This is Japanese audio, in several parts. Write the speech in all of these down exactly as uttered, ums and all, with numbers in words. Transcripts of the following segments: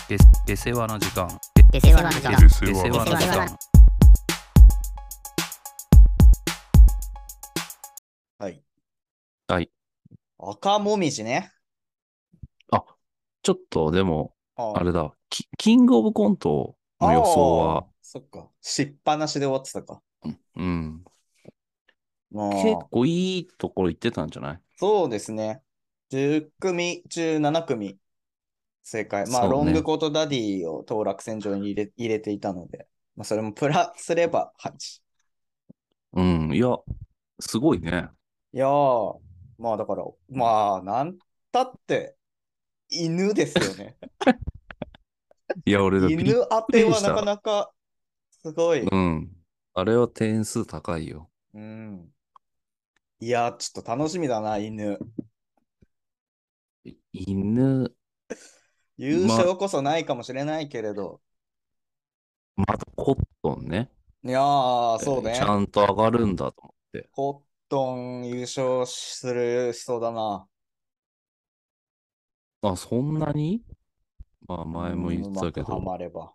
で出世話の時間。 出世話の時間。 出世話の時間。 はい。 はい。 赤もみじね。 あ、ちょっとでも、 ああれだ。キ、キングオブコントの予想は、 あーそっか。しっぱなしで終わってたか。 うん、 ま結あ、 構いいところ行ってたんじゃない？ そうですね。じゅっ組中なな組正解。まあ、 そうねロングコートダディを当落線上に入れ、入れていたので、まあ、それもプラスればはち。 うん、いや、すごいね。 いやー、まあだから、まあ、なんたって犬ですよね。 いや、俺、びっ犬当くりした。 てはなかなかすごい。 うん。あれは点数高いよ。 うん。いや、ちょっと楽しみだな、犬。 犬、 優ま、 勝こそないかもしれないけれど。 またコットンね。 いやー、 えそうね。 ーちゃんと上がるんだと思って。 コットン優勝する人だな。 あ、そんなに？まあ、 う前も言っん、うてまくはたけど、 まれば。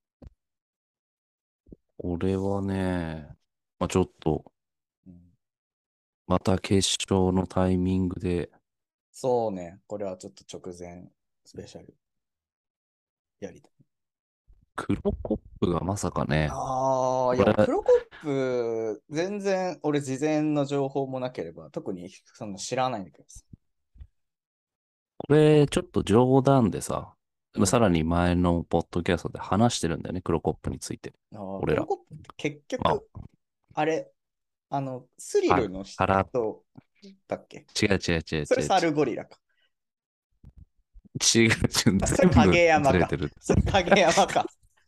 俺はね、まあ、ちょっと、 うんまた決勝のタイミングで、 そうね。これはちょっと直前スペシャルやりたい。 黒コップがまさかね、 ああ、いや、 これ、 黒コップ、全然俺事前の情報もなければ、特にそんな知らないんだけどさ。 これちょっと冗談でさ、 うんさらに前のポッドキャストで話してるんだよね、黒コップについて。 あー俺ら。 黒コップって結まあ、 局、あれ、あの、スリはルの人腹、 だっけ？ 違う違う違うそれサ違う違う。 ルゴリラか。 違う違う、 それ全部影山か。 ずれてる。 それ影山か。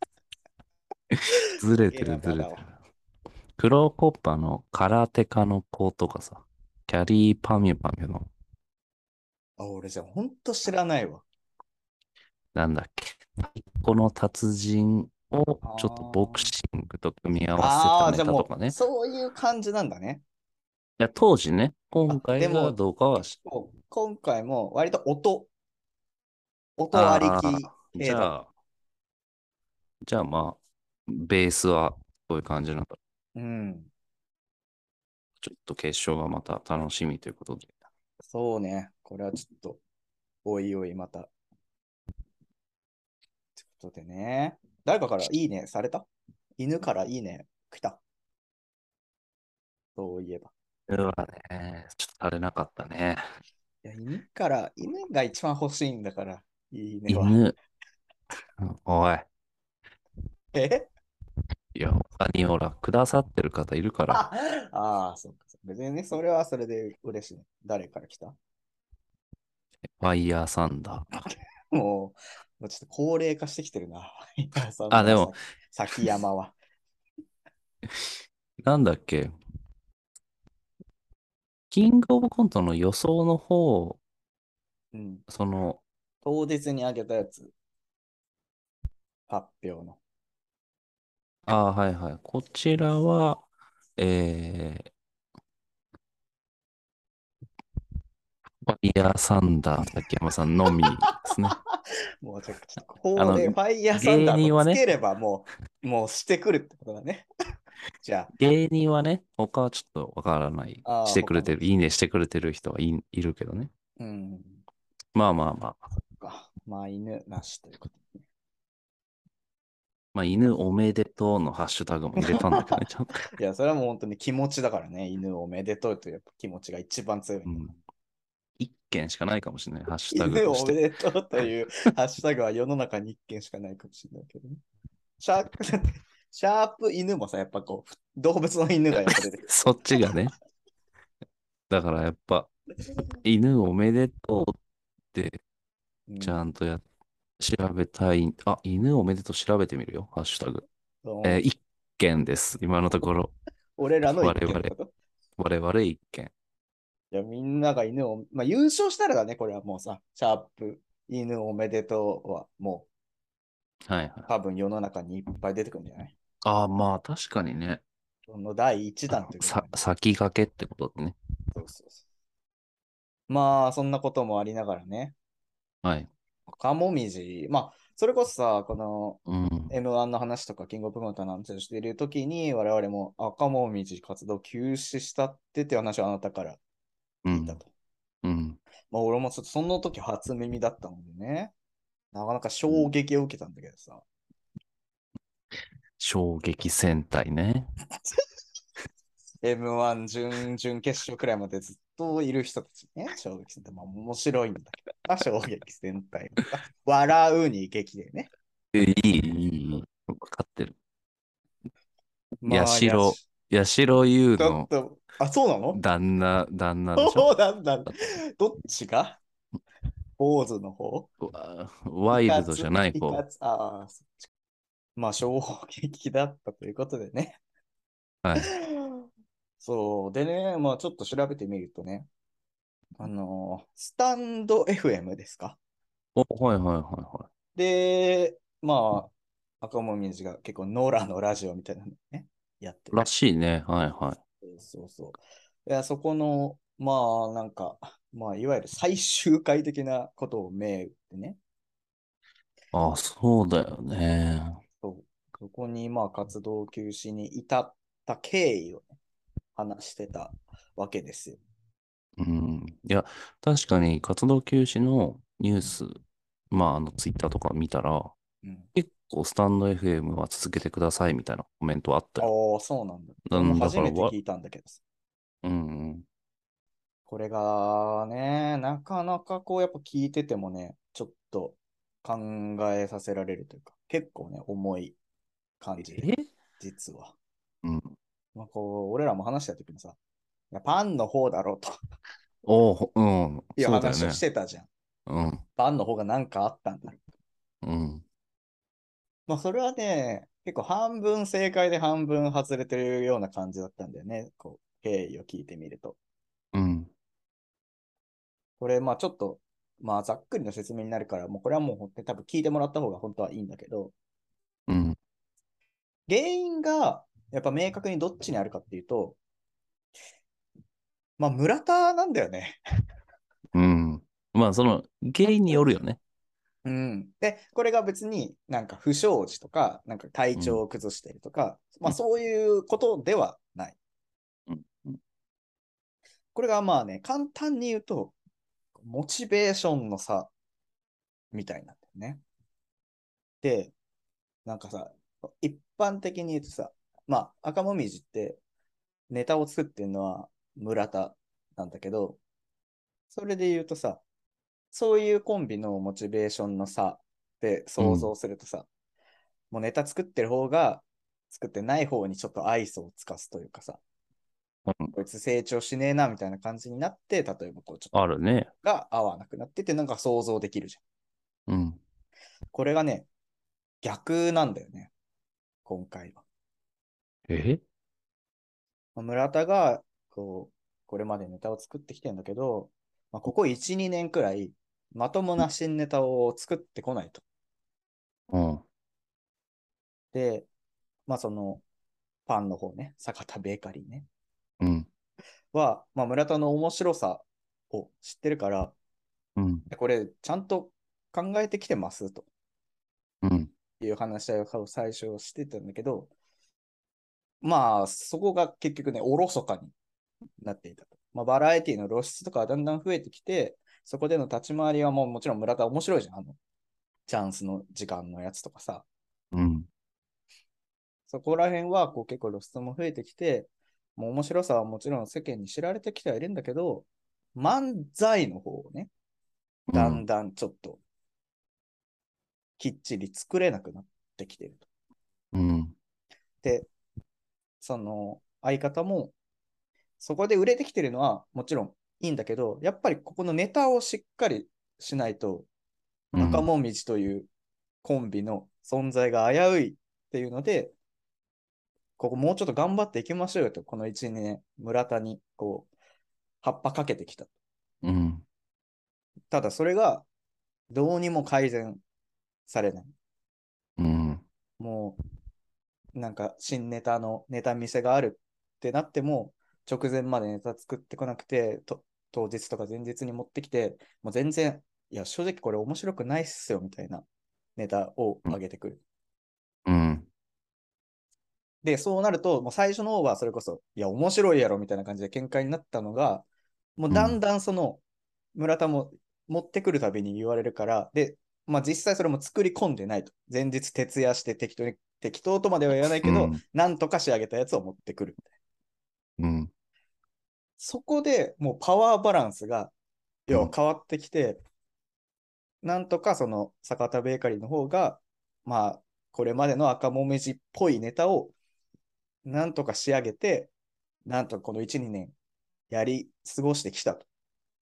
ずれて影るずれてる。 山だわ。 黒コッパの空手家の子とかさ、キャリーパミュパミュの、 あ、俺じゃほんと知らないわ。 なんだっけ、この達人をあちょっとボクーシングと組み合わせたあー、 ネじゃあもう、 タとかね。 そういう感じなんだね。 いや、当時ね、今あ、で回がも、 どうかはし、 結構、今回も割と音、音ありああ、 き系だ。 じゃあ、じゃあまあ、ベースはこういう感じなんだ。 うん。 ちょっと決勝がまた楽しみということで。 そうね。これはちょっと、おいおいまた。ってことでね。誰かからいいねされた？犬からいいね来た。そういえば。 うわね、ちょっと足りなかったね。 いや、犬から、犬が一番欲しいんだから、いいねは。 犬、おい。 えいや、他にほら、くださってる方いるから。 ああー、そっかそっか。別にね、それはそれで嬉しいね。誰から来た？ ファイヤーサンダー。 もう、もうちょっと高齢化してきてるな。いや、そんあ、でなも、 さ、崎山は。 なんだっけ、キングオブコントの予想の方、 うん。 その、 当日にあげたやつ、発表の。 あ、はいはい。こちらは、えー、ファイヤーサンダー崎山さんのみですね。 もうちょっと、 あの、 高齢、ファイヤーサンダーとつ芸人はね、 ければもう、もうしてくるってことだね。じゃ芸人はね、他はちょっとわからない。 あ、ああ、他の。 してくれてる、いいねしてくれてる人はいいるけどね。 うん。 まあまあまあ。 か。まあ、犬なしということでね。 まあ、犬おめでとうのハッシュタグも入れたんだけどね、ちゃんと。 いや、それはもう本当に気持ちだからね。犬おめでとうという気持ちが一番強いんだ。 うん。一件しかないかもしれない、ハッシュタグ犬おめとして。 でとうというハッシュタグは世の中に一件しかないかもしれないけどね。シャープ、シャープ犬もさ、やっぱこう、動物の犬がやっぱ出てくる。 そっちがね。だからやっぱ、犬おめでとうってちゃうん。 んとや、調べたい。あ、犬おめでとう調べてみるよ、ハッシュタグ。えー、 そう一件です、今のところ。 俺らの一我々、 件ってこと？ 我々一件。 いや、みんなが犬を、まあ、優勝したらだね、これはもうさ、シャープ、犬おめでとうは、もはいはい。 う、多分世の中にいっぱい出てくるんじゃない？ ああ、まあ確かにね。 その第一弾ということさ、 でね。 先駆けってことでね。 そうそうそう。まあ、そんなこともありながらね。 はい。 赤もみじ、まあ、 それこそさ、このうん。 エムワン の話とか、キングオブコントの話をしているときに、我々も赤もみじ活動休止したってっていう話をあなたからうん。 聞いたと。 うん。 まあ、俺もちょっとその時初耳だったのでね、なかなか衝撃を受けたんだけどさ。 衝撃戦隊ね。 エムワン 準々決勝くらいまでずっといる人たちね、衝撃戦隊。まあ面白いんだけど、あ衝撃戦隊。あ笑うに劇でね。 え、いい、いい、いい。わかってる。八まあ、いや、 代、 ち八代優のょっと、あ、そうなの？ 旦那、旦那でしょ？ そうなんだ。 だって。 どっちが坊主の方？ わいワイルドじゃかつない方。 いかつ、ああ、そっちか。まあ、衝撃だったということでね。 はい。 そう。でね、まあ、ちょっと調べてみるとね、あのースタンド エフエム ですか？ お、はいはいはいはで、まあ、赤もみじが結構ノラのラジオみたいなのね、やってい。らる。 しいね。はいはい。 そうそう。いや、そこの、まあ、なんか、まあ、いわゆる最終回的なことを銘打ってね、 あ、そうだよね。 そう、そこに、まあ、活動休止に至った経緯をね、話してたわけですよ。 うん。いや、確かに活動休止のニューうん。 ス、まあ、あの、ツイッターとか見たら、 うん、 結構スタンド エフエム は続けてくださいみたいなコメントあったよ。 ああ、そうなんだ。 うん、だ俺も初からわ、 めて聞いたんだけどさ。 うん、 これがね、なかなかこう、やっぱ聞いててもね、ちょっと考えさせられるというか、結構ね、重い感じで、 え実は。 うん。 まあ、こう、俺らも話した時にさ、いやパンの方だろうとおう、うん、 いう話をしそうだよね。 てたじゃん。 うん、 パンの方が何かあったんだろう。 うん、 まあ、それはね、結構半分正解で半分外れてるような感じだったんだよね。こう、経緯を聞いてみると。 うん、 これ、まあちょっと、まあざっくりの説明になるから、もうこれはもう本当に多分聞いてもらった方が本当はいいんだけど、 うん、 原因がやっぱ明確にどっちにあるかっていうと、まあ村田なんだよね。 うん。まあ、その、原因によるよね。 うん。で、これが別になんか不祥事とか、なんか体うん、 調を崩しているとか、まうん、 あそういうことではない。 うん、うん。 これがまあね、簡単に言うと、モチベーションの差みたいなんだよね。で、なんかさ、一般的に言うとさ、まあ赤もみじってネタを作ってるのは村田なんだけど、それで言うとさ、そういうコンビのモチベーションの差で想像するとさ、もうネタ作ってる方が作ってない方にちょっと愛想を尽かすというかさ、こいつ成長しねえなみたいな感じになって、例えばこうちょっとあるね。 が合わなくなってて、なんか想像できるじゃん。 うん。 これがね、逆なんだよね、今回は。 え村田がこう、これまでネタを作ってきてんだけど、まあ、ここいち、にねんくらい、まともな新ネタを作ってこないと。 うん、 で、まあその、パンの方ね、坂田ベーカリーね、 うん、 は、まあ村田の面白さを知ってるから、 うん、 これちゃんと考えてきてますとうん、 いう話し合いを最初してたんだけど、まあそこが結局ね、おろそかになっていたと。まあバラエティの露出とかはだんだん増えてきて、そこでの立ち回りはもうもちろん村田面白いじゃん。あの、チャンスの時間のやつとかさ。 うん、 そこら辺はこう結構露出も増えてきて、もう面白さはもちろん世間に知られてきてはいるんだけど、漫才の方をね、だんうん、 だんちょっときっちり作れなくなってきてると。 うん、 で、その相方もそこで売れてきてるのはもちろんいいんだけど、やっぱりここのネタをしっかりしないと、赤もみじというコンビの存在が危ういっていうので、ここもうちょっと頑張っていきましょうよと、このいち、にねん、村田にこう、葉っぱかけてきた。 うん、 ただそれがどうにも改善されない。 うん、 もう、なんか新ネタのネタ見せがあるってなっても、直前までネタ作ってこなくて、と当日とか前日に持ってきて、もう全然、いや、正直これ面白くないっすよ、みたいなネタをうん。 上げてくる。 うん。 で、そうなると、もう最初の方はそれこそ、いや、面白いやろみたいな感じで喧嘩になったのが、もううん。 だんだんその、村田も持ってくるたびに言われるから、で、まあ実際それも作り込んでないと。前日徹夜して適当に、適当とまでは言わないけど、 うん。 なんとか仕上げたやつを持ってくる。 うん。 そこでもうパワーバランスが、要はうん。 変わってきて、なんとかその坂田ベーカリーの方が、まあ、これまでの赤もみじっぽいネタをなんとか仕上げて、なんとこのいち、にねんやり過ごしてきたと。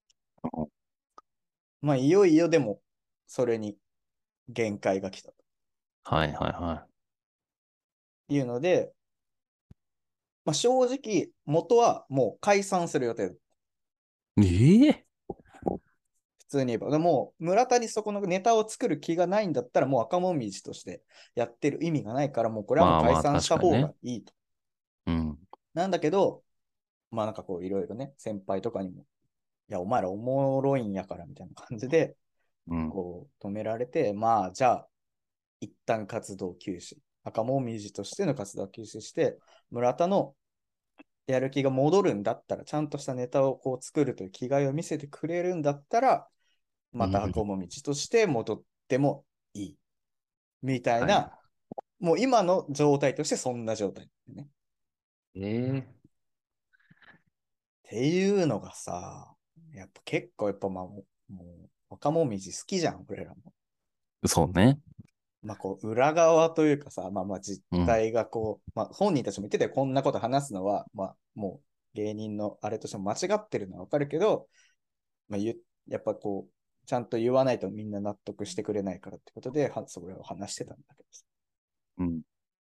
まあ、いよいよでも、それに限界が来たとはいはいはいうので、まあ、正直、元はもう解散する予定。 い。ええ。 普通に言えば。でも、村田にそこのネタを作る気がないんだったら、もう赤もみじとしてやってる意味がないから、もうこれはもうまあまあ、 解散した方確かにね。 がいいと。 うん。 なんだけど、まあなんかこういろいろね、先輩とかにも、いや、お前らおもろいんやからみたいな感じで、 うん。 こう止められて、まあじゃあ、一旦活動休止。赤もみじとしての活動を休止して、村田のやる気が戻るんだったら、ちゃんとしたネタをこう作るという気概を見せてくれるんだったら、またうん。 赤もみじとして戻ってもいい。みたいはい。 な、もう今の状態としてそんな状態、ね。 ええ。 っていうのがさ、やっぱ結構やっぱまあもう、もう赤もみじ好きじゃん、俺らも。 そうね。 まあこう裏側というかさ、まあまあ実うん。 態がこう、まあ本人たちも言ってたよ、こんなこと話すのは、まあもう芸人のあれとしても間違ってるのはわかるけど、まあ、ゆやっぱこう、ちゃんと言わないとみんな納得してくれないからってことで、はそれを話してたんだけどさ。 うん。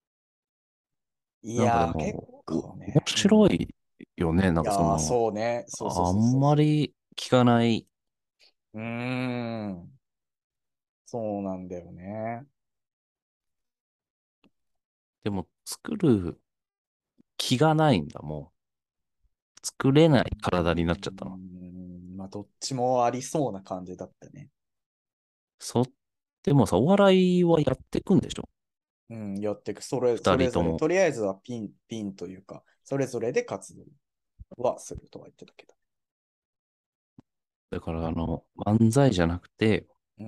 なんかでいやー、結も、お面構ね。うん。 白いよね。なんかそいやー、 の、 そうね。そうそうあそうそうそんまり聞かない。 う。うーん。そうなんだよね。 でも、作る気がないんだ、もう。作れない体になっちゃったうーの。 ん。まあ、どっちもありそうな感じだったね。 そ、でもさ、お笑いはやってくんでしょ？ うん、やっていく。それ、それぞれ、 二人とも。 とりあえずはピン、ピンというか、それぞれで活動はするとは言ってたけど。 だから、あの、漫才じゃなくて、 うん。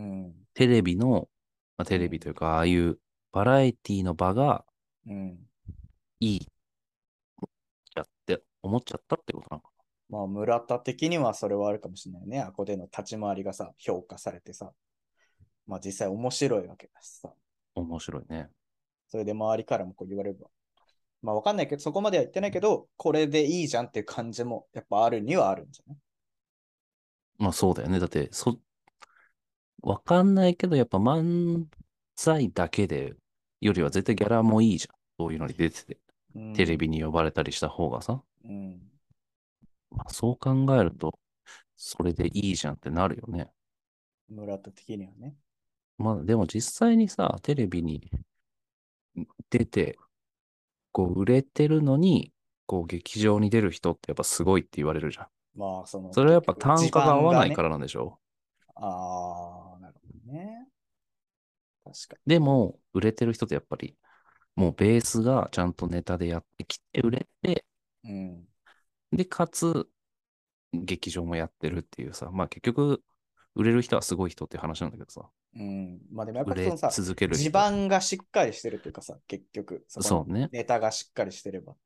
テレビの、まあ、テレビうん。 というか、ああいうバラエティの場がうん。 いいやって思っちゃったってことなのかまあ、村田的にはそれはあるかもしれないね。あこでの立ち回りがさ、評価されてさ、まあ実際面白いわけだしさ、 な。面白いね。 それで周りからもこう言われれば、まあわかんないけど、そこまでは言ってないけど、これでいいじゃんっていう感じもやっぱあるにはあるんじゃない？ まあそうだよね。だって、そ、わかんないけど、やっぱ漫才だけで、よりは絶対ギャラもいいじゃん。そういうのに出てて。 うテレビん。 に呼ばれたりした方がさ。 うん。 まあ、そう考えると、それでいいじゃんってなるよね。 村田的にはね。 まあでも実際にさ、テレビに出て、こう売れてるのに、こう劇場に出る人ってやっぱすごいって言われるじゃん。 まあそのそれはやっぱ結局地単価が合盤がね。 わないからなんでしょ？ ああ、なるほどね。確かにね。 でも、売れてる人ってやっぱり、もうベースがちゃんとネタでやってきて売れて、 うん。 で、かつ、劇場もやってるっていうさ、まあ結局、売れる人はすごい人っていう話なんだけどさ、 うん。まあでもやっぱ売りそのさ、 れ続ける地人。 盤がしっかりしてるというかさ、結局、そこのそうね。 ネタがしっかりしてれば。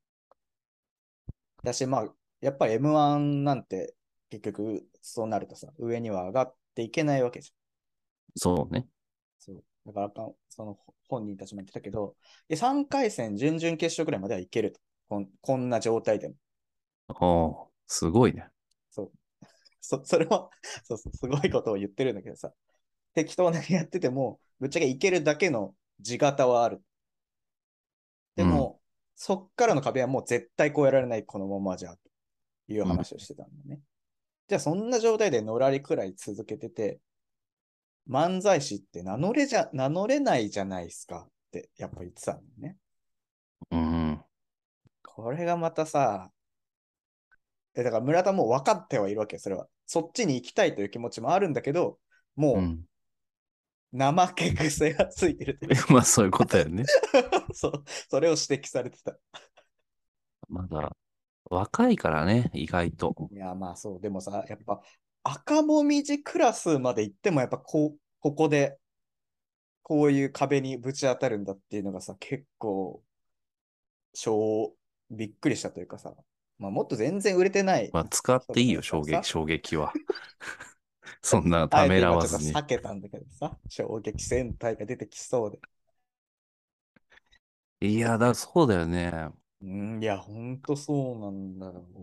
だし、まあ、やっぱり エムワン なんて結局そうなるとさ、上には上がっていけないわけじゃん。 そうね。 そう。だからか、その本人たちも言ってたけど、いやさんかい戦、準々決勝ぐらいまではいけると。こんこんな状態でも。 ああ、すごいね。 そう。そそれはそうそう、すごいことを言ってるんだけどさ、適当にやってても、ぶっちゃけいけるだけの地形はある。でうん。 も、そっからの壁はもう絶対越えられない、このままじゃ、といううん。 話をしてたんだね。じゃあ、そんな状態でのらりくらい続けてて、漫才師って名乗れじゃ、名乗れないじゃないですかってやっぱ言ってたんだよね。 うん。 これがまたさ、えだから村田も分かってはいるわけよ、それは。そっちに行きたいという気持ちもあるんだけど、もうん。 怠け癖がついてるって。 まあそういうことやね。 そう、それを指摘されてた。 まだ若いからね、意外と。 いや、まあそう、でもさ、やっぱ赤もみじクラスまで行っても、やっぱこう、ここでこういう壁にぶち当たるんだっていうのがさ、結構、超びっくりしたというかさ、まあもっと全然売れてないまあ使っ人とかだていいよ、衝撃、 ったらさ、 衝撃は。そんなためあえてらわずに。 今ちょっと避けたんだけどさ、衝撃戦隊が出てきそうで。 いや、だ、そうだよね。 うん、いや、ほんとそうなんだよ。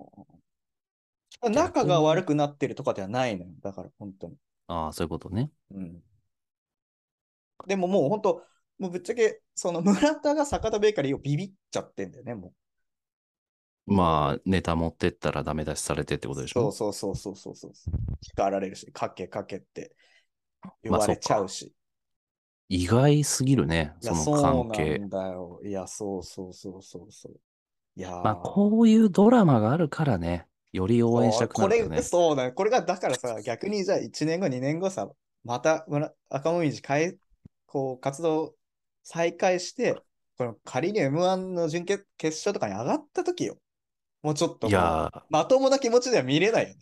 仲が悪逆に、 くなってるとかではないのよ。だから本当に。 ああ、そういうことね。 うん。でももう本当、もうぶっちゃけ、その村田が坂田ベーカリーをビビっちゃってんだよね、もう。 まあ、ネタ持ってったらダメ出しされてってことでしょ？ そうそうそうそうそうそう。叱られるし、かけかけって言まあ、 われそっか。 ちゃうし。 意外すぎるね、 いや、 そのそうな関係。 んだよ。いや、そうそうそうそうそう。いやまあ、 ー、 こういうドラマがあるからね、より応援しそう、 たくこれ、 なるよね。 そうだね。これが、だからさ、逆にじゃあいちねんご、にねんごさ、また村赤もみじ変え、こう、活動再開して、この仮に エムワン の準決、決勝とかに上がった時よ。もうちょっといもやー、 う、まともな気持ちでは見れないよね。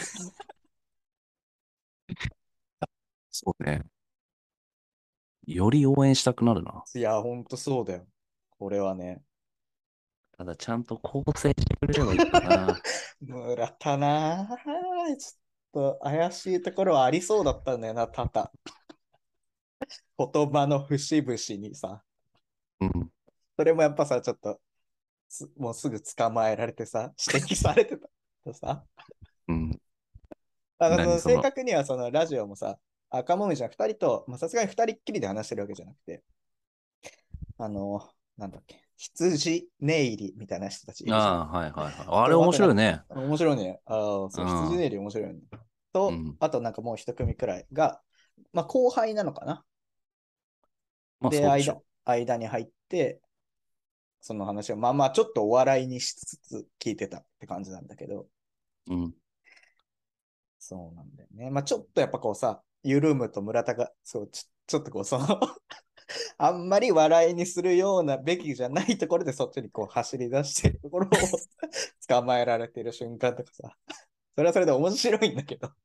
そうね。より応援したくなるな。 いや、ほんとそうだよ。これはね。 ただ、ちゃんと構成してくれればいいかな。 村田なぁ。ちょっと怪しいところはありそうだったんだよな、ただ。言葉の節々にさ。 うん、 それもやっぱさ、ちょっとす、もうすぐ捕まえられてさ、指摘されてたさ。 うん。 あの、その何その、 正確にはそのラジオもさ、赤もみじゃんふたりと、まあさすがにふたりっきりで話してるわけじゃなくて、あの、なんだっけ、羊ネイリみたいな人たちいるじゃん。 ああ、はいはいはい。あれと、あ面とな、 白いね。 面白いね。ああ、そう、羊うん。 ネイリ面白いね。と、 うん。 あとなんかもう一組くらいが、まあ後輩なのかな。 まあで、間、 そうでしょ間に入って、その話を、まあまあちょっとお笑いにしつつ聞いてたって感じなんだけど、 う。うん。 そうなんだよね。まあちょっとやっぱこうさ、緩むと村田が、そう、ちょ、ちょっとこう、そのあんまり笑いにするようなべきじゃないところでそっちにこう走り出してるところを捕まえられてる瞬間とかさ、それはそれで面白いんだけど。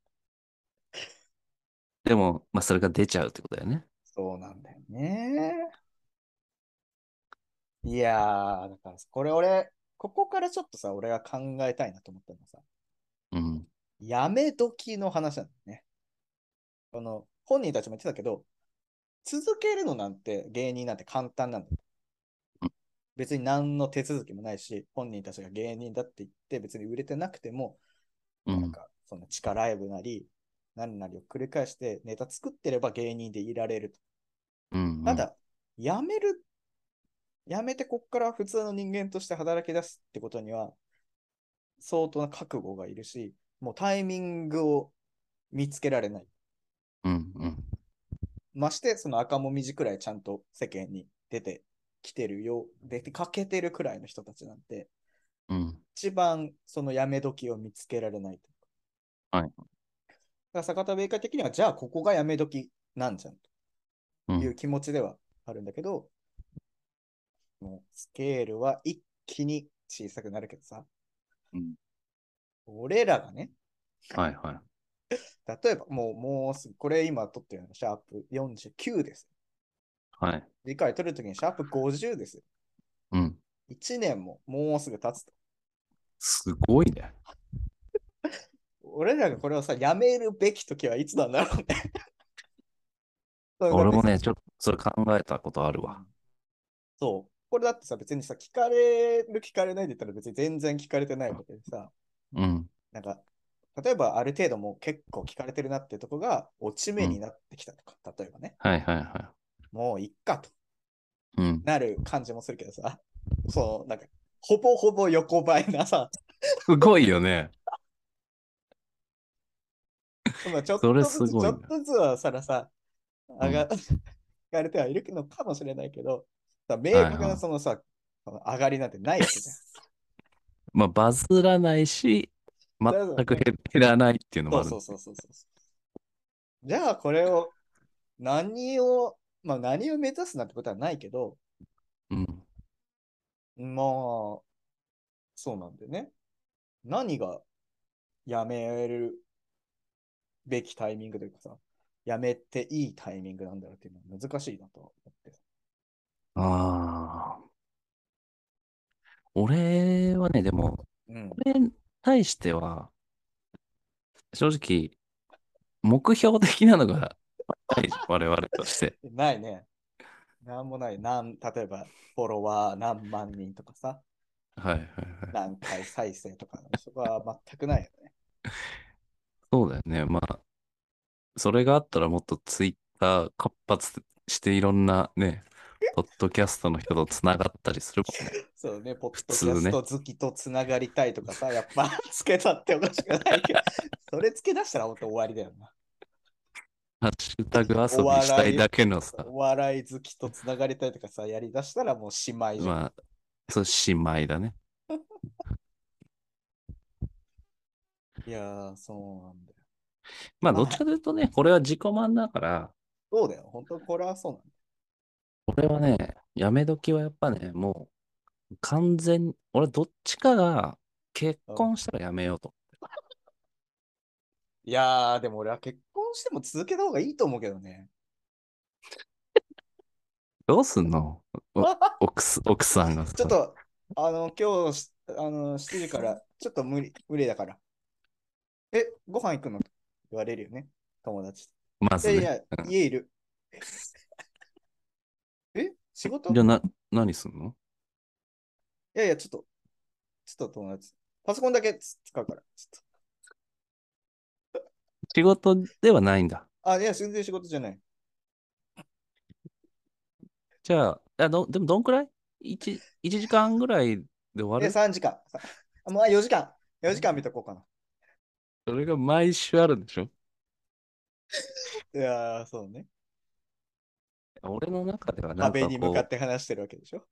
でも、まあそれが出ちゃうってことだよね。 そうなんだよね。いやー、だからこれ俺、ここからちょっとさ、俺が考えたいなと思ったのはさ、 うん。 やめ時の話なんだよね。この本人たちも言ってたけど、続けるのなんて芸人なんて簡単なんだ。別に何の手続きもないし、本人たちが芸人だって言って別に売れてなくても、 うん。 なんかその地下ライブなり、何なりを繰り返してネタ作ってれば芸人でいられると。 うん。うん。 ただ、やめる、やめてこっから普通の人間として働き出すってことには相当な覚悟がいるし、もうタイミングを見つけられない。 うん。うん。 まして、その赤もみじくらいちゃんと世間に出てきてるよ、出てかけてるくらいの人たちなんて、 うん。 一番そのやめ時を見つけられないと。 はい。 だから坂田ベイカー的には、じゃあここがやめ時なんじゃんとうん。 いう気持ちではあるんだけど、もうスケールは一気に小さくなるけどさ、 うん。 俺らがね、 はいはい。 例えばもう、もうすぐ、これ今撮ってるのがシャープよんじゅうきゅうです。 はい。 次回撮るときにシャープごじゅうです。 うん。 いちねんももうすぐ経つと。 すごいね。 俺らがこれをさ、やめるべき時はいつなんだろうね。そうだ別に俺もね、ちょっとそれ考えたことあるわ。 そう。これだってさ、別にさ、聞かれる、聞かれないで言ったら別に全然聞かれてないわけでさ、 うん。 なんか、例えばある程度もう結構聞かれてるなっていうところが落ちうん。 目になってきたとか、例えばね、 はいはいはもういっかとい。うん。 なる感じもするけどさ、そう、なんか、ほぼほぼ横ばいなさ、 すごいよね。 まあちょっそれとずつ、ちすごいな。 ょっとずつはさらさ、上が、 うん。 聞かれてはいるのかもしれないけど、明確なはいはい。 そのさ、上がりなんてないわけじゃん。 まあ、バズらないし、全だからく減らないっていうのもそうそうあるんだね。 そうそうそう。じゃあこれを何を、まあ何を目指すなんてことはないけど、 うん。 まあ、そうなんだよね。何がやめるべきタイミングというかさ、やめていいタイミングなんだろうっていうのは難しいなと思ってさ。 ああ、俺はね、でも、 うん。 これに対しては、正直、目標的なのがないじゃん、我々として。 ないね。なんもない。なん、例えば、フォロワー何万人とかさ、 はいはいはい。 何回再生とか、そこは全くないよね。 そうだよね。まあ、それがあったらもっとツイッター活発していろんなね、ポッドキャストの人とつながったりするもんね。 そうね、ポッ普ドキャ通ね。 スト好きとつながりたいとかさ、やっぱつけたっておかしくないけど、それつけ出したら本当終わりだよな。 ハッシュタグお遊びしたい笑い、 だけのさ、 お笑い好きとつながりたいとかさ、やりだしたらもうしまいじゃん。 まあ、そう、姉妹だね。 いやー、そうなんだよ。 まあ、どっちまあ、 かというとね、これは自己満だから、 そうだよ。本当これはそうなんだよ。 これはね、やめ時はやっぱね、もう完全に、俺どっちかが結うん、 婚したらやめようと。 いやー、でも俺は結婚しても続けた方がいいと思うけどね。 どうすんのお奥す、奥さんがさ、 ちょっと、あの、今日、あの、しちじからちょっと無理、無理だから。え、ご飯行くのと言われるよね。友達。 まずね。 いやいや、家いる。え仕事じゃあな、何すんの？ いやいや、ちょっと、ちょっと友達。パソコンだけつ使うから。ちょっ仕事ではないんだ。 と。あ、いや、全然仕事じゃない。 じゃあ、あど、でもどんくらい？ いち、いちじかんぐらいで終わえ、 る？ さんじかん。さあ、もうよじかん。よじかん見とこうかな。 それが毎週あるんでしょ？ いやー、そうね。 俺の中ではなん壁に向かっかこう、 て話してるわけでしょ。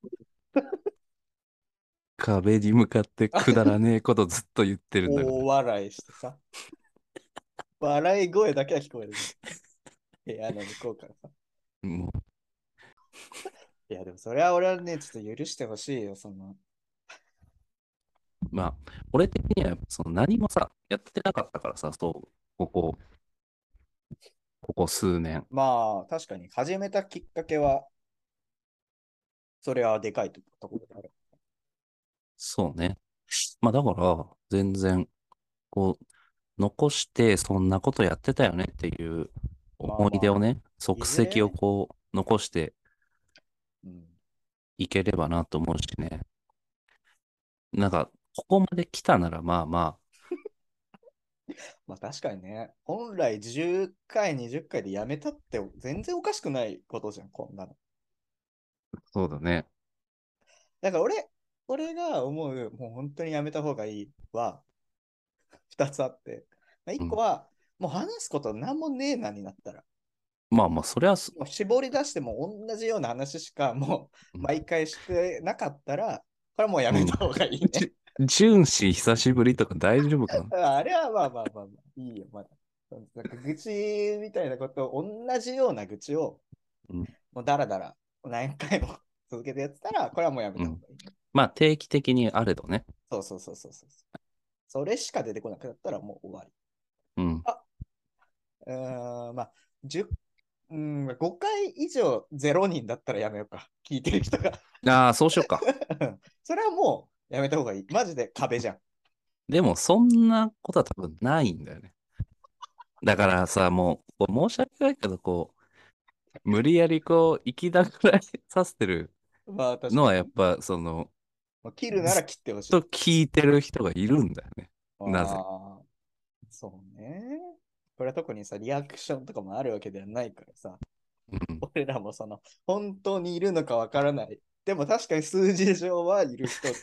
壁に向かってくだらねえことずっと言ってるんだか大ら。 笑いしてさ。笑い声だけは聞こえる。部屋の向こうからさ。 もいや、でもそれは俺はね、ちょっと許してほしいよ、その。 う、まあ、俺的にはその何もさ、やってなかったからさ、そう、ここ、ここ数年。 まあ、確かに始めたきっかけは、それはでかいとところである。 そうね。まあだから、全然、こう、残して、そんなことやってたよねっていう思い出まあまあ、 をね、足いずれね。 跡をこう、残してうん。 いければなと思うしね。なんか、ここまで来たなら、まあままあ確かにね、本来じゅっかい、にじゅっかいでやめたって全然おかしくないことじゃん、こんなの。 あ、そうだね。 だから俺、俺が思う、もう本当にやめた方がいいはふたつあって、まあ、1 うん。 個は、もう話すことなんもねえなになったら、 まあまあ、そりゃす、 もう絞り出しても同じような話しかもううん。 毎回してなかったら、これはもうやうん。 めた方がいいね。 じ、純子久しぶりとか大丈夫かな？ あれはまあまあまあまあ、いいよ、まだ。なんか愚痴みたいなことを、同じような愚痴を、 うん。 もうだらだら何回も続けてやってたら、これはもうやめうん。 た方がいい。 まあ、定期的にあれどね。 そうそうそうそうそう。それしか出てこなくなったらもう終わり。 うん。 あ、うーん、まあ、じゅう、うん、ごかい以上ゼロにんだったらやめようか。聞いてる人が。 ああ、そうしようか。 それはもうやめた方がいい。マジで壁じゃん。 でも、そんなことは多分ないんだよね。だからさ、もう、こう申し訳ないけど、こう、無理やりこう、生きだくらいさせてるまあ確のかにね。 はやっぱ、その、 まあ切るなずっら切ってほしとい。 聞いてる人がいるんだよね。なぜ？ ああ、そうね。これは特にさ、リアクションとかもあるわけではないからさ、 うん。 俺らもその、本当にいるのかわからない。でも確かに数字上はいる人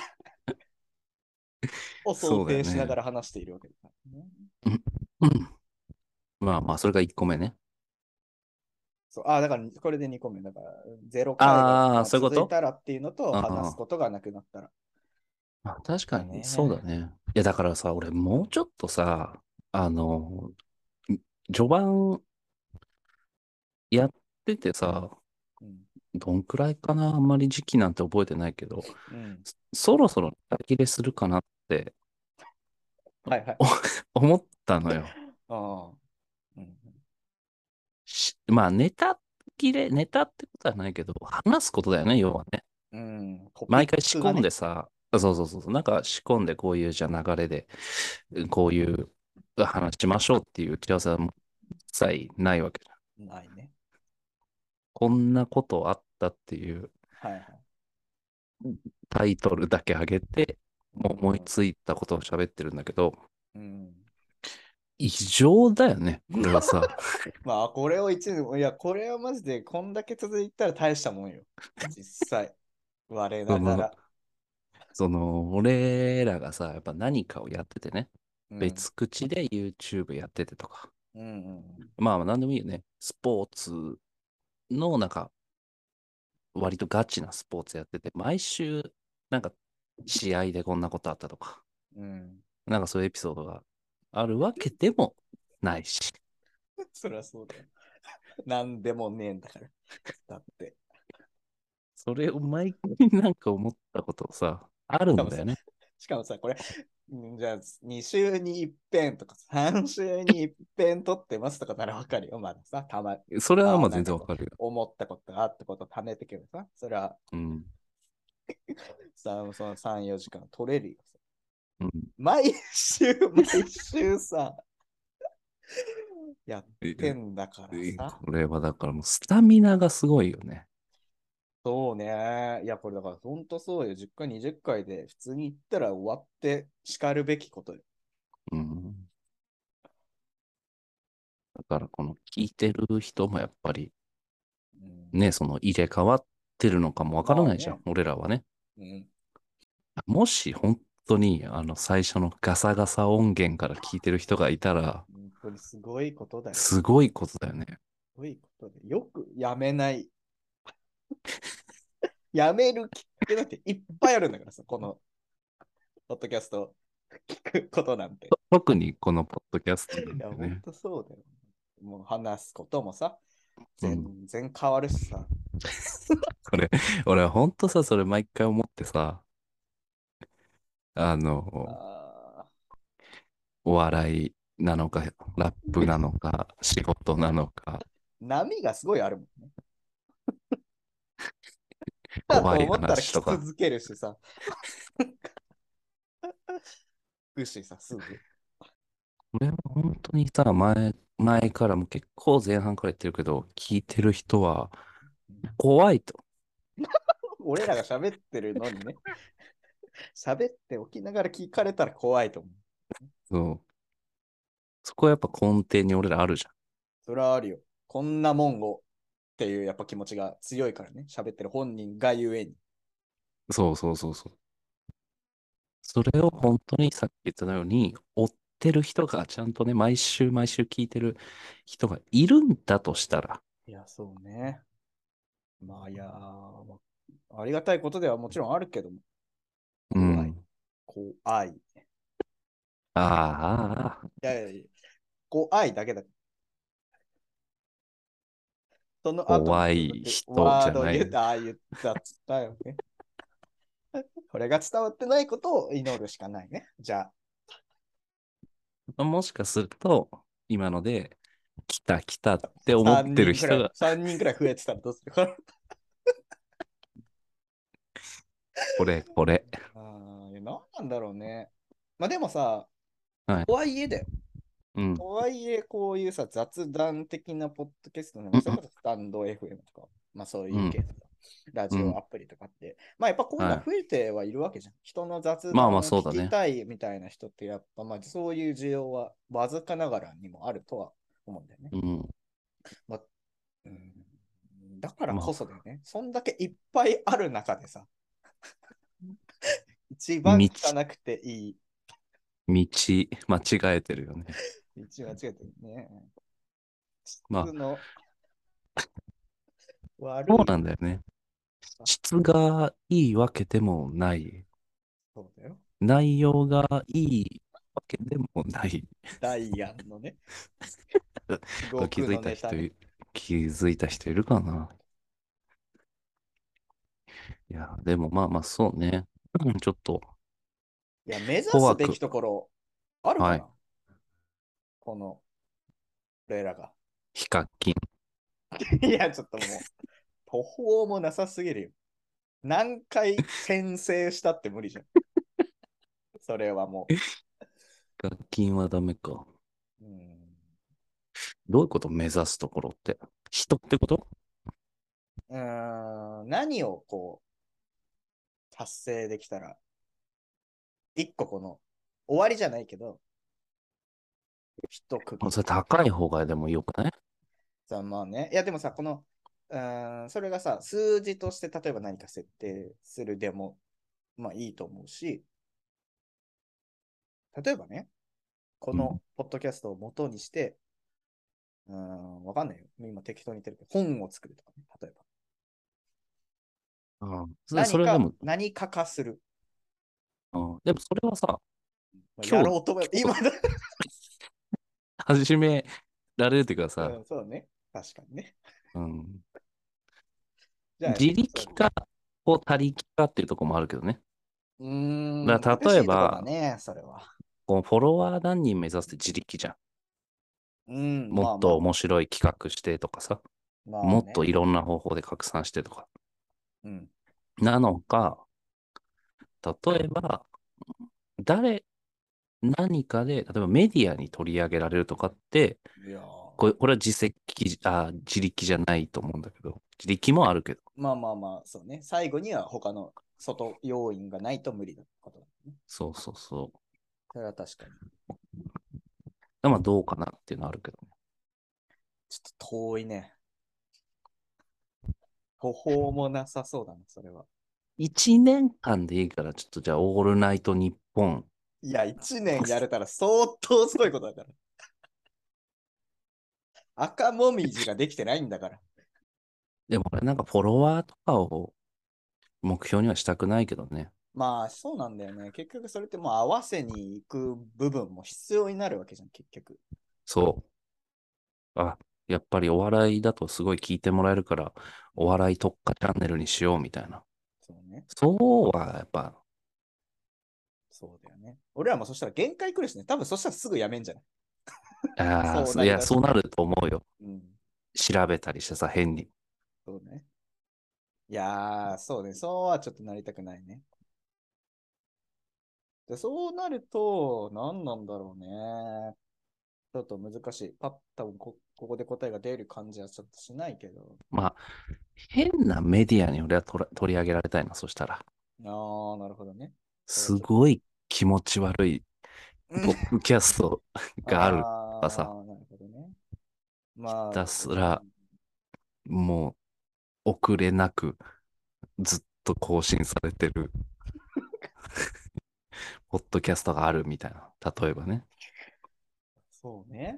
を想そうだよ定しながね。 ら話しているわけだからね。 うん。うん。まあまあ、それがいっこめね。 そう、ああ、だからこれでにこめ。だから、ゼロかいが、 ああ、 まあ、続いそういうこと？ たらっていうのと、 あ話すことがなくなったら。 あ、確かだに、そうだね。 ね。いや、だからさ、俺もうちょっとさ、あの、序盤やっててさ、 うん。 どんくらいかな、あんまり時期なんて覚えてないけど、 うん。 そそろそろネタ切れするかなってはいはい。 お思ったのよ。 ああ。うん。 しまあ、ネタ切れ、ネタってことはないけど、話すことだよね、要はね。 うん。トピッ毎回仕込んでクがね。 さ、そうそうそうそう、なんか仕込んでこういうじゃあ流れで、こういう話しましょうっていう打ち合わせはもう一切ないわけじゃん。 ないね。 こんなことあったっていうはいはい。 タイトルだけ上げて、 うん。 思いついたことを喋ってるんだけど、 うん。 異常だよね、これはさ。 まあ、これを一年、いや、これはマジでこんだけ続いたら大したもんよ。実際。我その、 ながら。 その、俺らがさ、やっぱ何かをやっててね、 うん。 別口で YouTube やっててとか、 うんうんまあ、なんでもいいよね。スポーツの、なんか、割とガチなスポーツやってて、毎週、なんか、試合でこんなことあったとか、 うん。うん。 なんかそういうエピソードがあるわけでもないし、 そりゃそうだよ。なんでもねえんだから。だって。 それを毎回なんか思ったことさ、あるしかもさ、 んだよね。 しかもさ、これ、んじゃあに週に一遍とかさん週に一遍撮ってますとかならわかるよ。まださ、たま、ああ、 それはまあなんかこ全然わかるよ。 う、思ったことがあったことを貯めてけばさ、それはうん。 さ、そのさん、よじかん取れるよ。 うん。 毎週、毎週さ、やっえてんだからえさ。 これはだからもうスタミナがすごいよね。 そうね。いや、これだから本当そうよ。じゅっかい、にじゅっかいで普通に行ったら終わって叱るべきことよ。 うん。だからこの聞いてる人もやっぱりうん、 ね、その入れ替わってるのかもわからないじゃん。 まあね。 俺らはね。 うん。 もし本当にあの最初のガサガサ音源から聞いてる人がいたら、 本当にすごいことだよ。 すごいことだよね。 すごいことで。よくやめない。やめるきっかけだっていっぱいあるんだからさ、このポッドキャスト聞くことなんて。 特にこのポッドキャストないや、 んでね。 本当そうだよ。もう話すこともさ、 うん。 全然変わるしさ。 これ、俺は本当さ、それ毎回思ってさ、あの、 あお笑いなのか、ラップなのか、仕事なのか、 ー波がすごいあるもんね。だ怖いと思ったら話とか。 来続けるしさ。くしさ、すぐ。 俺は本当にさ、前、前からも結構前半から言ってるけど、聞いてる人は怖いと。 俺らが喋ってるのにね、喋っておきながら聞かれたら怖いと思う。 そう。そこはやっぱ根底に俺らあるじゃそれはあるよ。こんなもんをっていうやっぱ気持ちが強いからね。喋ってる本人がゆえに。 ん。そうそうそうそう。それを本当にさっき言ったように、追ってる人がちゃんとね、毎週毎週聞いてる人がいるんだとしたら、 いや、そうね。まあ、いやー、まあありがたいことではもちろんあるけども、怖い。 うん。 怖い。いああ、 やいやいや、怖いだけだ。その後に怖い続く人じワーゃない。 ド言った、ああ言ったっつったよね。これが伝わってないことを祈るしかないね。じゃあ、 もしかすると、今ので、来た来たって思っ 3 てる人くらい、 人が、 さんにんくらい増えてたらどうするか。 これ、これ。 あーいや何なんだろうね。まあでもさ、 はい。 とはいえだよ。 うん。 とはいえ、こういうさ、雑談的なポッドキャストの、まあ、それうん。 こそスタンド エフエム とか、まあそううん。 いう系のさ、ラうん。 ジオアプリとかって、まあやっぱこういうのははい。 増えてはいるわけじゃん。人の雑まあまあ談を聞そうだね。 きたいみたいな人ってやっぱ、まあそういう需要はわずかながらにもあるとは思うんだよね。 うん。 まあ、うん、だからこまあ、 そだよね。そんだけいっぱいある中でさ、一番道、 聞かなくていい。 道、間違えてるよね。 一番間違えてるね。 まあ、 質のそう悪い。 なんだよね。質がいいわけでもない。 そうだよ。 内容がいいわけでもない。 ダイアンのね、 これ極気づいた人、 のネタね。 気づいた人いるかな。いや、でもまあまあそうね。うんちょっといや、目指す怖く。 べきところあるかはい。 な、この、俺らが。 ヒカキン。 いや、ちょっともう、途方もなさすぎるよ。何回転生したって無理じゃん。それはもヒカキンはダメか。 う。うん。 どういうこと目指すところって。人ってこと？ うーん、何をこう、達成できたら、一個この、終わりじゃないけど、一区切り。 それ高い方がでもよくない？ さあまあね。いや、でもさ、この、うーん、それがさ、数字として例えば何か設定するでも、まあいいと思うし、例えばね、こうん。 のポッドキャストを元にして、うーん、わかんないよ。今適当に言ってるけど、本を作るとかね、例えば。 ああ、それ、そ何か、 れでも、 何か化する。 ああでもそれはさ、 まあ、や今日、 ろうと思えば、 今日今だ。 始められるっていうかさ、 うん、そうね。確かにね。 うん、 じゃあ、 自そうね。 力か、こう、他力かっていうところもあるけどね。 うーん、 だから難しいとこだ例えば、 ね、それは。 こうフォロワー何人目指すって自力じゃん。 うん、 もっとまあまあ、 面白い企画してとかさ、もっとまあね。 いろんな方法で拡散してとか。 うん。 なのか、例えば、誰、何かで、例えばメディアに取り上げられるとかって、 いやー、 これ、これは自責、あ、自力じゃないと思うんだけど、自力もあるけど、 まあまあまあ、そうね。最後には他の外要因がないと無理だことだね。 そうそうそう。 それは確かに。 まあどうかなっていうのはあるけどね。 ちょっと遠いね。途方もなさそうだな、それは。 一年間でいいから、ちょっとじゃあ、オールナイトニッポン。 いや、一年やれたら相当すごいことだから。赤もみじができてないんだから。 でもこれなんかフォロワーとかを目標にはしたくないけどね。 まあ、そうなんだよね。結局それってもう合わせに行く部分も必要になるわけじゃん、結局。 そう。あ、やっぱりお笑いだとすごい聞いてもらえるから、お笑い特化チャンネルにしようみたいな。 そうね。 そうは、やっぱ、 そうだよね。俺らもそしたら限界来るしね。多分そしたらすぐやめんじゃない？ ああ、いや、 そうなりだし。 そうなると思うよ。 うん。 調べたりしてさ、変に。 そうね。いやー、そうね。そうはちょっとなりたくないね。で、そうなると、何なんだろうね。ちょっと難しい。パッ、多分こ、ここで答えが出る感じはちょっとしないけど。 まあ、変なメディアに俺は取ら取り上げられたいな、そしたら。 ああ、なるほどね。それはちょっと。 すごい気持ち悪いうん。 ポッドキャストがあるとかさ、 ああ、なるほどね。まあ、 ひたすらもう遅れなくずっと更新されてるポッドキャストがあるみたいな。例えばね。 そうね。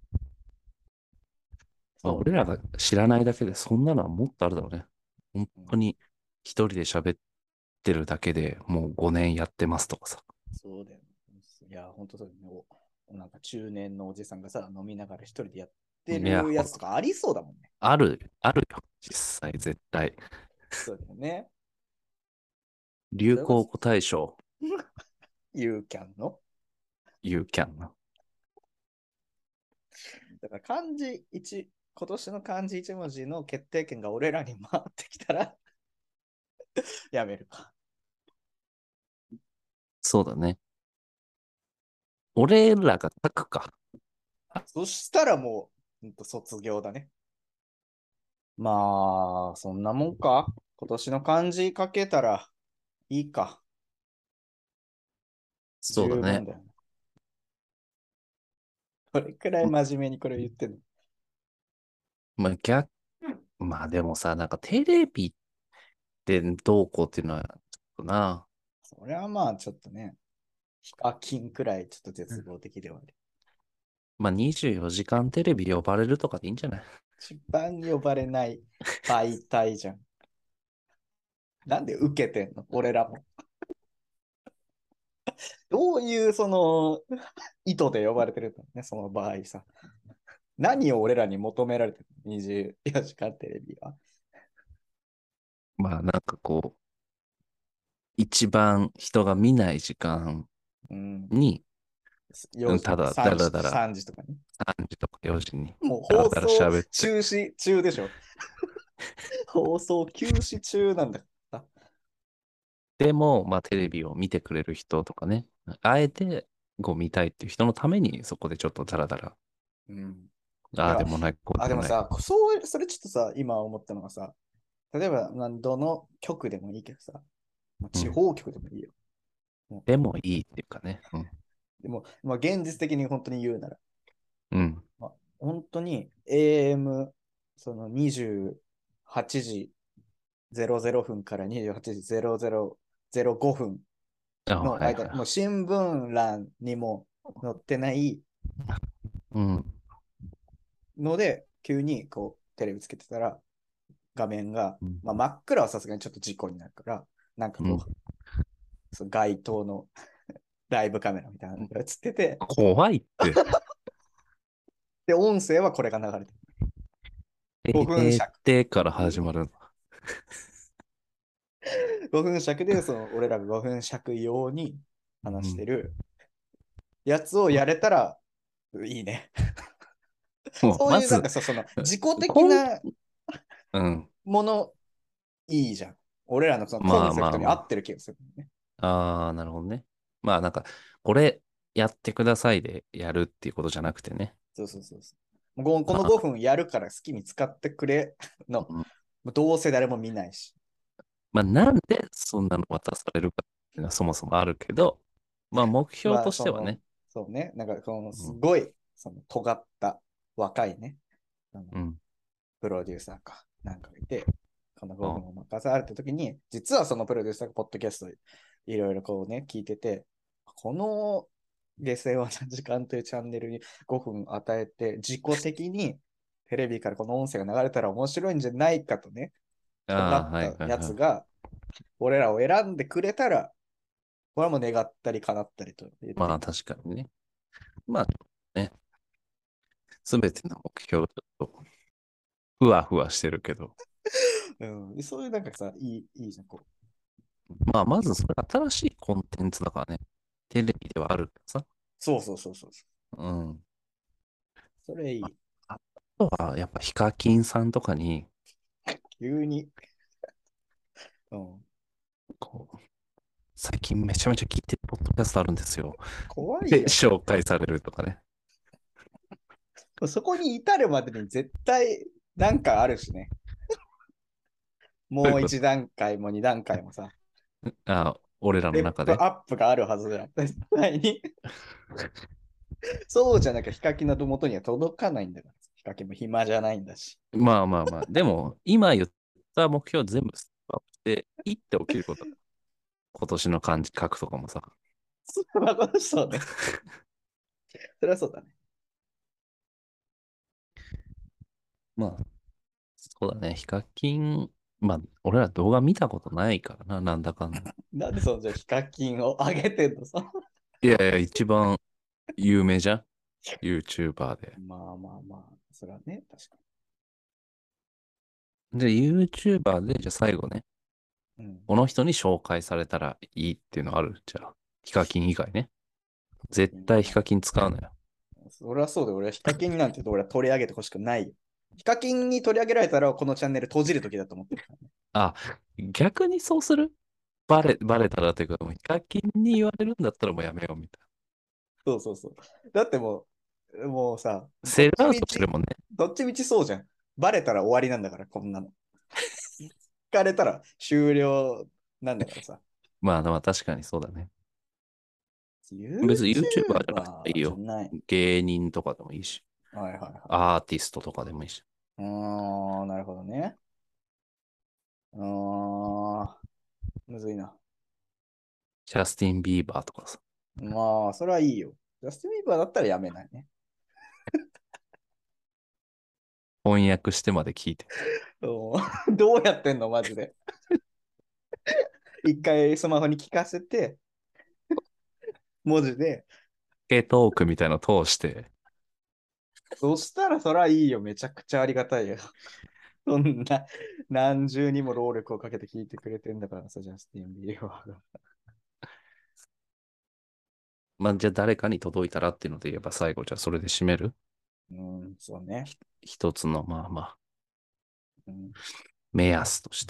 まあ、 そうね。 俺らが知らないだけでそんなのはもっとあるだろうね。本うん、 当に一人で喋ってるだけでもうごねんやってますとかさ。 そうだよね。いや、本当そうだよね。おなんか中年のおじさんがさ、飲みながら一人でやっていや、 るやつとかありそうだもんね。 ある、あるよ。実際絶対。 そうだよね。 流それこそ、 行語大賞、 ユーキャンの。 You Can な。 だから漢字一、今年の漢字一文字の決定権が俺らに回ってきたらやめるか。 そうだね。俺らが書くか。 そしたらもう、ほんと卒業だね。まあ、そんなもんか。今年の漢字書けたらいいか。 そうだね。 十分だよね。これくらい真面目にこれ言ってんの。 まあ逆、まあでもさ、なんかテレビってどうこうっていうのは、ちょっとな。 それはまあちょっとね、ヒカキンくらいちょっと絶うん望的ではある。 まあにじゅうよじかんテレビ呼ばれるとかでいいんじゃない？ 一番呼ばれない媒体じゃん。なんで受けてんの俺らも。どういうその意図で呼ばれてるのね、その場合さ。 何を俺らに求められてるの？ にじゅうよ 時間テレビは。 まあなんかこう、一番人が見ない時間うん。 に、う 4 ん、 時とかただだ 3時、 らだらさんじとかね。 さんじとかよじにもうだらだら放送喋って、 中止中でしょ。放送休止中なんだから。 でも、まあテレビを見てくれる人とかね、あえてこう見たいっていう人のためにそこでちょっとダラダラ、 うん。いああでや、 もない、こうでもない。 あ、でもさ、そう、それちょっとさ、今思ったのがさ、例えば、まあどの局でもいいけどさ、まあうん。 地方局でもいいよ。もでもいいっていうかね。うん。 うでも、まあ、現実的に本当に言うなら、 うん。 まあ、本当に エーエム、そのにじゅうはちじゼロゼロふんからにじゅうはちじゼロゼロゼロごふんああ、 の間、 はいはいはもう新聞欄にも載ってないい。うん。 ので、急にこうテレビつけてたら、画面が、 うん。 まあ、真っ暗はさすがにちょっと事故になるから、なんかうん。 こう、その街頭のライブカメラみたいなのが映ってて、 怖いって。 で、音声はこれが流れてる。ごふんえーっ尺てからっていう、 始まるの。 ごふん尺で、その俺らがごふん尺用にうん。 話してるやつをやれたらいいね。 もう、 そうまず、 いうなんかさ、その自己的こん、 なうん。 ものいいじゃん。俺らのそのコまあンセプトに合ってまあまる気がするね。 あ。ああ、なるほどね。まあなんか、これやってくださいでやるっていうことじゃなくてね。 そうそうそうそう。もうこのまあ、 ごふんやるから好きに使ってくれの、 うん、 もうどうせ誰も見ないし。 まあなんでそんなの渡されるかっていうのはそもそもあるけど、まあ目標まあ、 としその、 てはね。 そうね、なんかこのうん。 すごい、その尖った若いね、あのうん。 プロデューサーかなんかがいて、このごふんあを任されたときに、実はそのプロデューサーがポッドキャストいろいろこうね、聞いてて、この下世話な時間というチャンネルにごふん与えて、自己的にテレビからこの音声が流れたら面白いんじゃないかとね、尖あー、はいったはいはい。 やつが、俺らを選んでくれたら、これはもう願ったり叶ったりと言っていい。 まあ確かにね。まあね、すべての目標だとふわふわしてるけど、 うん、そういうなんかさ、いい、いいじゃん、こまあまずそれ新しいコンテンツだからね。テレビではあるけどさ。 う。そうそうそうそう。 うん。 それいい。 あとはやっぱヒカキンさんとかに、 急に。うん。 こう、最近めちゃめちゃ聞いてるポッドキャストあるんですよ。で、 怖いよ。 紹介されるとかね。 そこに至るまでに絶対なんかあるしね。もう一そういうこと。 段階も二段階もさ、 あ、俺らステップの中で。 アップがあるはずだよ。絶対に。そうじゃなきゃヒカキンの元には届かないんだから。ヒカキンも暇じゃないんだし。 まあまあまあ。でも、今言った目標全部ステップアップして、いって起きること。今年の漢字書くとかもさ。 まあ、そうね。それはそうだね。 まあ、そうだね。ヒカキン、まあ、俺ら動画見たことないからな、なんだかんだ。 なんでそのじゃあヒカキンを上げてんのさ。 いやいや、一番有名じゃん ?YouTuber で。 まあまあまあ、それはね、確かで、YouTuber で、じゃあ最後ね、 に。うん。 この人に紹介されたらいいっていうのあるじゃあ、ヒカキン以外ね。絶対ヒカキン使うのよ。 それはそうで、俺はヒカキンなんて俺は取り上げてほしくないよ。ヒカキンに取り上げられたら、このチャンネル閉じるときだと思ってるからね。 あ、逆にそうするバレ、バレたらというか、もうヒカキンに言われるんだったらもうやめようみたいそうそうそう。だってもう、もうさ、 な。 どっセルアウちみち、 トしてるもんね。 どっちみちそうじゃん。バレたら終わりなんだから、こんなの。聞かれたら終了なんだからさ。 まあまあ確かにそうだね。別に YouTuber じゃなくてい YouTuber いよ。 じゃない。 芸人とかでもいいし。 はいはいはい。 アーティストとかでもいいし。 うーん、なるほどね。うーん、むずいな。 ジャスティン・ビーバーとかさ。 まあ、それはいいよ。ジャスティン・ビーバーだったらやめないね。 翻訳してまで聞いて。 うんどうやってんの、マジで。一回スマホに聞かせて、文字で、 ゲトークみたいなの通して、 そしたらそらいいよ。めちゃくちゃありがたいよ。そんな何重にも労力をかけて聞いてくれてんだからさ、ジャスティン・ビーバーが。 まあ、じゃあ誰かに届いたらっていうので言えば最後、じゃあそれで締めるうん、そうね。 一つの、まあまあ、 うん、 目安として。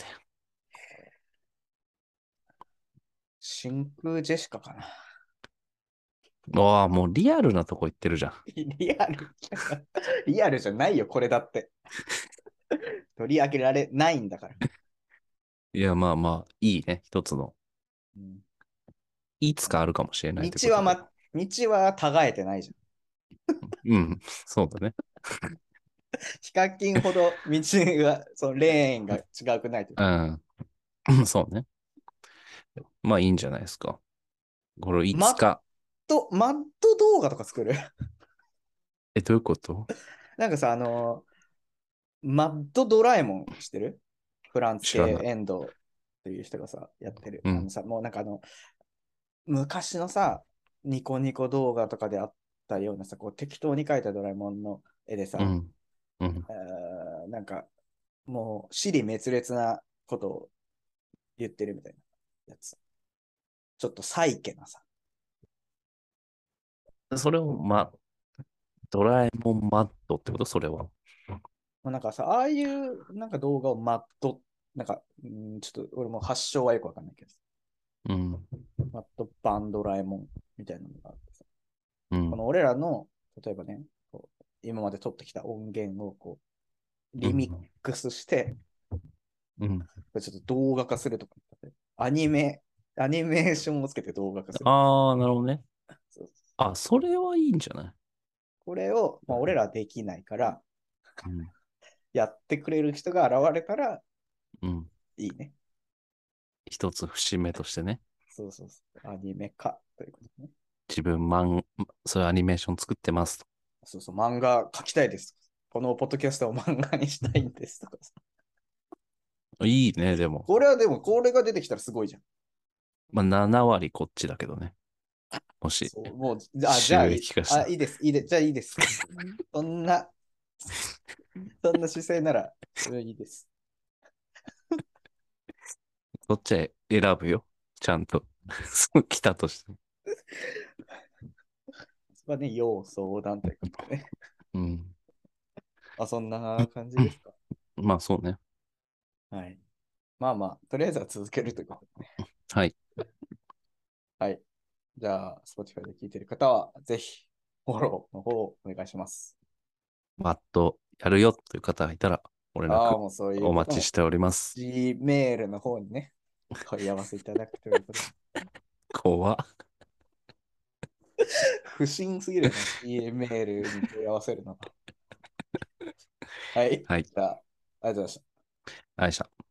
真空ジェシカかな。 ああ、もうリアルなとこ行ってるじゃん。 リアル。リアルじゃないよ、これだって。取り上げられないんだから。 いや、まあまあ、いいね。一つの。 うん、 いつかあるかもしれないということで。 道はま、道は違えてないじうん、そうだね。 ゃん。ヒカキンほど道が、そのレーンが違くないという。 うん、そうね。まあいいんじゃないですか。これいマッつか。 ト、マット動画とか作る。 え、どういうこと？ なんかさ、あのマッドドラえもん知ってる？フランス知らない。 系エンドという人がさ、やってる。 うん、 あのさ、もうなんかあの、昔のさ、ニコニコ動画とかであったようなさ、こう適当に描いたドラえもんの絵でさ、 うん、うん。 えーなんか、もう、尻滅裂なことを言ってるみたいなやつ。ちょっとサイケなさ。 それを、まあ、ドラえもんマットってことそれは。 もうなんかさ、ああいうなんか動画をマッド、なんか、んちょっと俺も発祥はよくわかんないけど、 うん、 マッドバンドラえもんみたいなのがあってさ、 うん、 この俺らの、例えばね、こう今まで撮ってきた音源をこうリミッうん、 クスして、 うん。 ちょっと動画化するとか、アニメ、アニメーションをつけて動画化する。 ああ、なるほどね。 そうあ、それはいいんじゃない？ これを、まあ、俺らできないから、 うん、 やってくれる人が現れたらうん。 いいね。 一つ節目としてね。 そうそうそう。アニメ化ということね。 自分、マン、そういうアニメーション作ってますと。 そうそう、漫画描きたいです。このポッドキャストを漫画にしたいんですとかさ。 いいね、でも。 これはでも、これが出てきたらすごいじゃん。 まあ、なな割こっちだけどね。もし、 そう、もう、あ、じゃあ収いい、あ、 益化したら。 いいです、いいです、じゃあいいです。そんな、そんな姿勢なら、それはいいです。 そっちは選ぶよ。ちゃんと。そう来たとしても。 そこはね、要相談ということでね。 うん。 あ、そんな感じですか。 まあ、そうね。 はい。まあまあ、とりあえずは続けるということでね。 はい。 はい。じゃあ、Spotify で聞いている方は、ぜひ、フォローの方をお願いします。 マットやるよという方がいたら、ご連ああ、 絡もうそういうおことも、 待ちしております。 Gmail の方にね、問い合わせいただくということで。 怖っ。 不審すぎるよね。Gmail に問い合わせるのが。はい。 はい。 じゃあ、ありがとうございました。 愛車。